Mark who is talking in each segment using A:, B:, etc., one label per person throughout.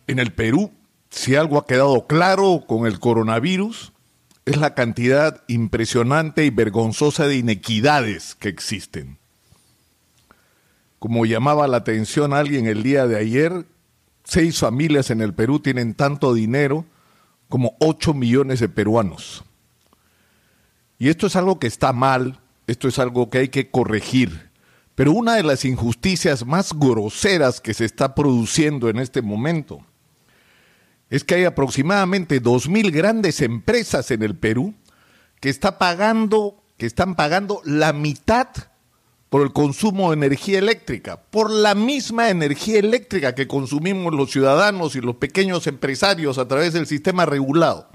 A: En el Perú, si algo ha quedado claro con el coronavirus, es la cantidad impresionante y vergonzosa de inequidades que existen. Como llamaba la atención alguien el día de ayer, 6 familias en el Perú tienen tanto dinero como 8 millones de peruanos. Y esto es algo que está mal, esto es algo que hay que corregir. Pero una de las injusticias más groseras que se está produciendo en este momento es que hay aproximadamente 2.000 grandes empresas en el Perú que están pagando la mitad por el consumo de energía eléctrica, por la misma energía eléctrica que consumimos los ciudadanos y los pequeños empresarios a través del sistema regulado.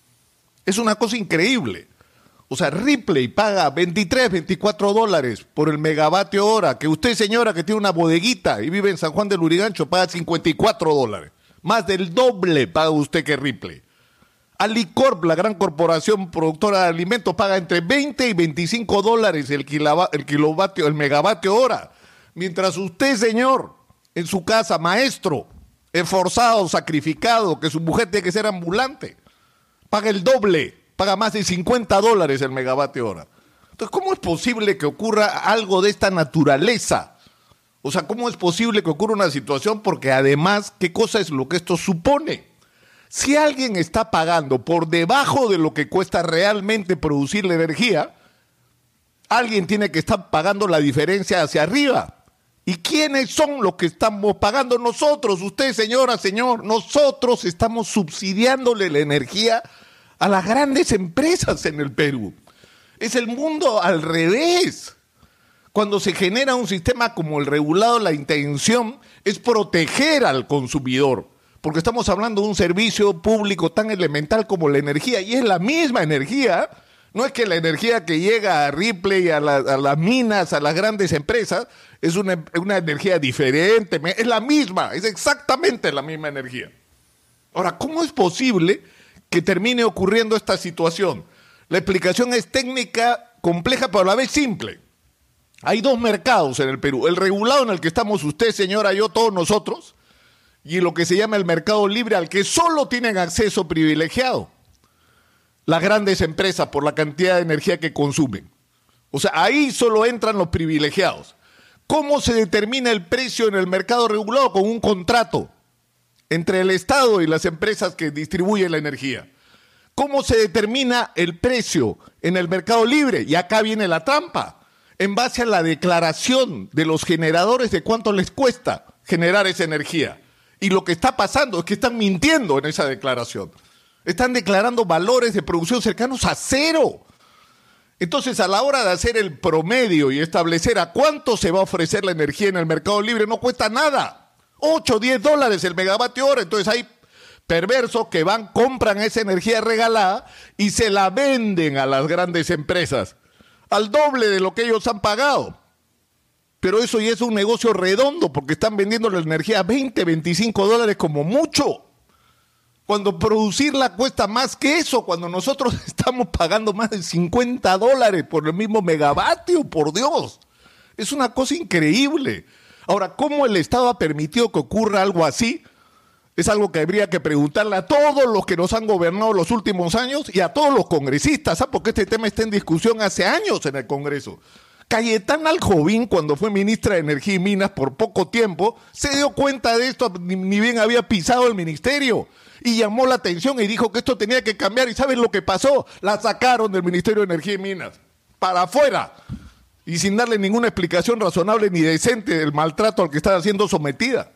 A: Es una cosa increíble. O sea, Ripley paga 23, 24 dólares por el megavatio hora, que usted, señora, que tiene una bodeguita y vive en San Juan del Lurigancho, paga 54 dólares. Más del doble paga usted que Ripley. Alicorp, la gran corporación productora de alimentos, paga entre 20 y 25 dólares el megavatio hora. Mientras usted, señor, en su casa, maestro, esforzado, sacrificado, que su mujer tiene que ser ambulante, paga el doble, paga más de 50 dólares el megavatio hora. Entonces, ¿cómo es posible que ocurra algo de esta naturaleza? O sea, ¿cómo es posible que ocurra una situación? Porque además, ¿qué cosa es lo que esto supone? Si alguien está pagando por debajo de lo que cuesta realmente producir la energía, alguien tiene que estar pagando la diferencia hacia arriba. ¿Y quiénes son los que estamos pagando? Nosotros, usted, señora, señor. Nosotros estamos subsidiándole la energía a las grandes empresas en el Perú. Es el mundo al revés. Cuando se genera un sistema como el regulado, la intención es proteger al consumidor, porque estamos hablando de un servicio público tan elemental como la energía, y es la misma energía. No es que la energía que llega a Ripley, a las minas, a las grandes empresas, es una energía diferente, es la misma, es exactamente la misma energía. Ahora, ¿cómo es posible que termine ocurriendo esta situación? La explicación es técnica, compleja, pero a la vez simple. Hay dos mercados en el Perú, el regulado en el que estamos usted, señora, yo, todos nosotros, y lo que se llama el mercado libre al que solo tienen acceso privilegiado las grandes empresas por la cantidad de energía que consumen. O sea, ahí solo entran los privilegiados. ¿Cómo se determina el precio en el mercado regulado? Con un contrato entre el Estado y las empresas que distribuyen la energía. ¿Cómo se determina el precio en el mercado libre? Y acá viene la trampa. En base a la declaración de los generadores de cuánto les cuesta generar esa energía. Y lo que está pasando es que están mintiendo en esa declaración. Están declarando valores de producción cercanos a cero. Entonces, a la hora de hacer el promedio y establecer a cuánto se va a ofrecer la energía en el mercado libre, no cuesta nada. 8, 10 dólares el megavatio hora. Entonces hay perversos que van, compran esa energía regalada y se la venden a las grandes empresas al doble de lo que ellos han pagado. Pero eso ya es un negocio redondo porque están vendiendo la energía a 20, 25 dólares como mucho. Cuando producirla cuesta más que eso, cuando nosotros estamos pagando más de 50 dólares por el mismo megavatio, por Dios. Es una cosa increíble. Ahora, ¿cómo el Estado ha permitido que ocurra algo así? Es algo que habría que preguntarle a todos los que nos han gobernado los últimos años y a todos los congresistas, ¿sabes? Porque este tema está en discusión hace años en el Congreso. Cayetana Aljovín, cuando fue ministra de Energía y Minas por poco tiempo, se dio cuenta de esto, ni bien había pisado el ministerio, y llamó la atención y dijo que esto tenía que cambiar. ¿Y saben lo que pasó? La sacaron del Ministerio de Energía y Minas, para afuera, y sin darle ninguna explicación razonable ni decente del maltrato al que estaba siendo sometida.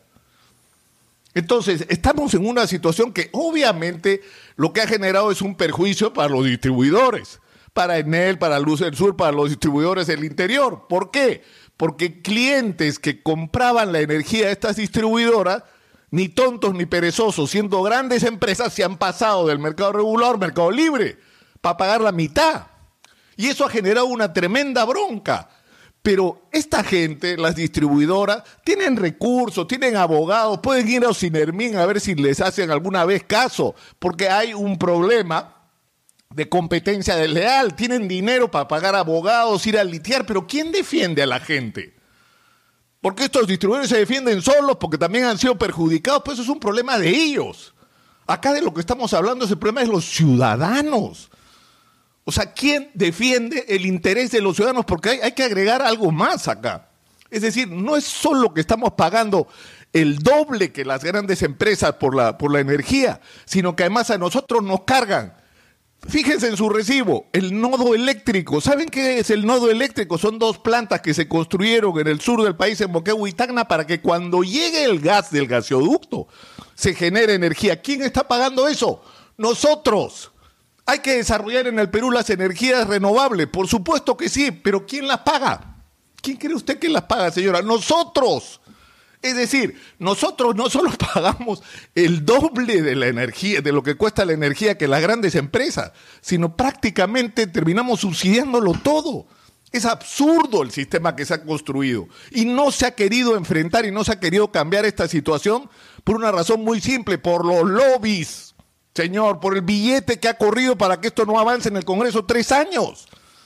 A: Entonces, estamos en una situación que obviamente lo que ha generado es un perjuicio para los distribuidores, para Enel, para Luz del Sur, para los distribuidores del interior. ¿Por qué? Porque clientes que compraban la energía de estas distribuidoras, ni tontos ni perezosos, siendo grandes empresas, se han pasado del mercado regular al mercado libre para pagar la mitad. Y eso ha generado una tremenda bronca. Pero esta gente, las distribuidoras, tienen recursos, tienen abogados, pueden ir a Sinermin a ver si les hacen alguna vez caso, porque hay un problema de competencia desleal, tienen dinero para pagar abogados, ir a litigar, pero ¿quién defiende a la gente? Porque estos distribuidores se defienden solos, porque también han sido perjudicados, pues eso es un problema de ellos. Acá de lo que estamos hablando es el problema de los ciudadanos. O sea, ¿quién defiende el interés de los ciudadanos? Porque hay que agregar algo más acá. Es decir, no es solo que estamos pagando el doble que las grandes empresas por la energía, sino que además a nosotros nos cargan. Fíjense en su recibo, el nodo eléctrico. ¿Saben qué es el nodo eléctrico? Son 2 plantas que se construyeron en el sur del país, en Moquegua y Tacna, para que cuando llegue el gas del gasoducto se genere energía. ¿Quién está pagando eso? Nosotros. ¿Hay que desarrollar en el Perú las energías renovables? Por supuesto que sí, pero ¿quién las paga? ¿Quién cree usted que las paga, señora? ¡Nosotros! Es decir, nosotros no solo pagamos el doble de la energía, de lo que cuesta la energía que las grandes empresas, sino prácticamente terminamos subsidiándolo todo. Es absurdo el sistema que se ha construido y no se ha querido enfrentar y no se ha querido cambiar esta situación por una razón muy simple, por los lobbies, señor, por el billete que ha corrido para que esto no avance en el Congreso 3 años.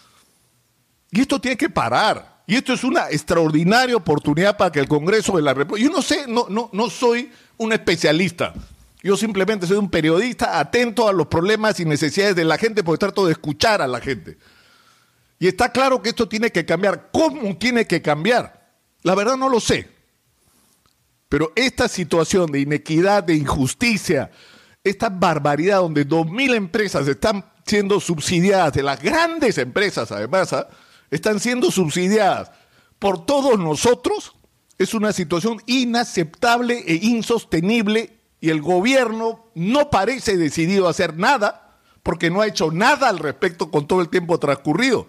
A: Y esto tiene que parar. Y esto es una extraordinaria oportunidad para que el Congreso de la República... Yo no sé, no soy un especialista. Yo simplemente soy un periodista atento a los problemas y necesidades de la gente porque trato de escuchar a la gente. Y está claro que esto tiene que cambiar. ¿Cómo tiene que cambiar? La verdad no lo sé. Pero esta situación de inequidad, de injusticia, esta barbaridad donde 2.000 empresas están siendo subsidiadas, de las grandes empresas además, están siendo subsidiadas por todos nosotros, es una situación inaceptable e insostenible y el gobierno no parece decidido a hacer nada porque no ha hecho nada al respecto con todo el tiempo transcurrido.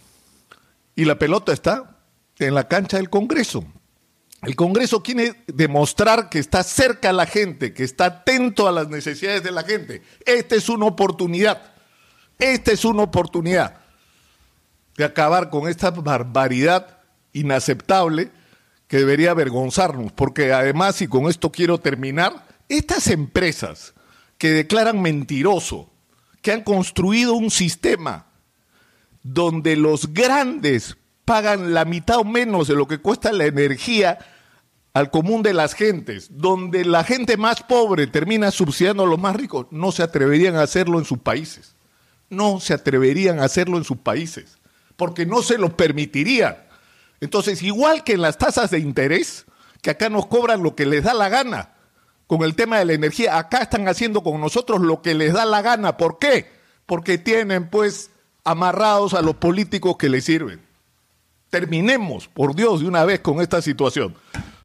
A: Y la pelota está en la cancha del Congreso. El Congreso quiere demostrar que está cerca a la gente, que está atento a las necesidades de la gente. Esta es una oportunidad. Esta es una oportunidad de acabar con esta barbaridad inaceptable que debería avergonzarnos, porque además, y con esto quiero terminar, estas empresas que declaran mentiroso, que han construido un sistema donde los grandes pagan la mitad o menos de lo que cuesta la energía al común de las gentes, donde la gente más pobre termina subsidiando a los más ricos, no se atreverían a hacerlo en sus países. No se atreverían a hacerlo en sus países, porque no se lo permitirían. Entonces, igual que en las tasas de interés, que acá nos cobran lo que les da la gana, con el tema de la energía, acá están haciendo con nosotros lo que les da la gana. ¿Por qué? Porque tienen, pues, amarrados a los políticos que les sirven. Terminemos, por Dios, de una vez con esta situación.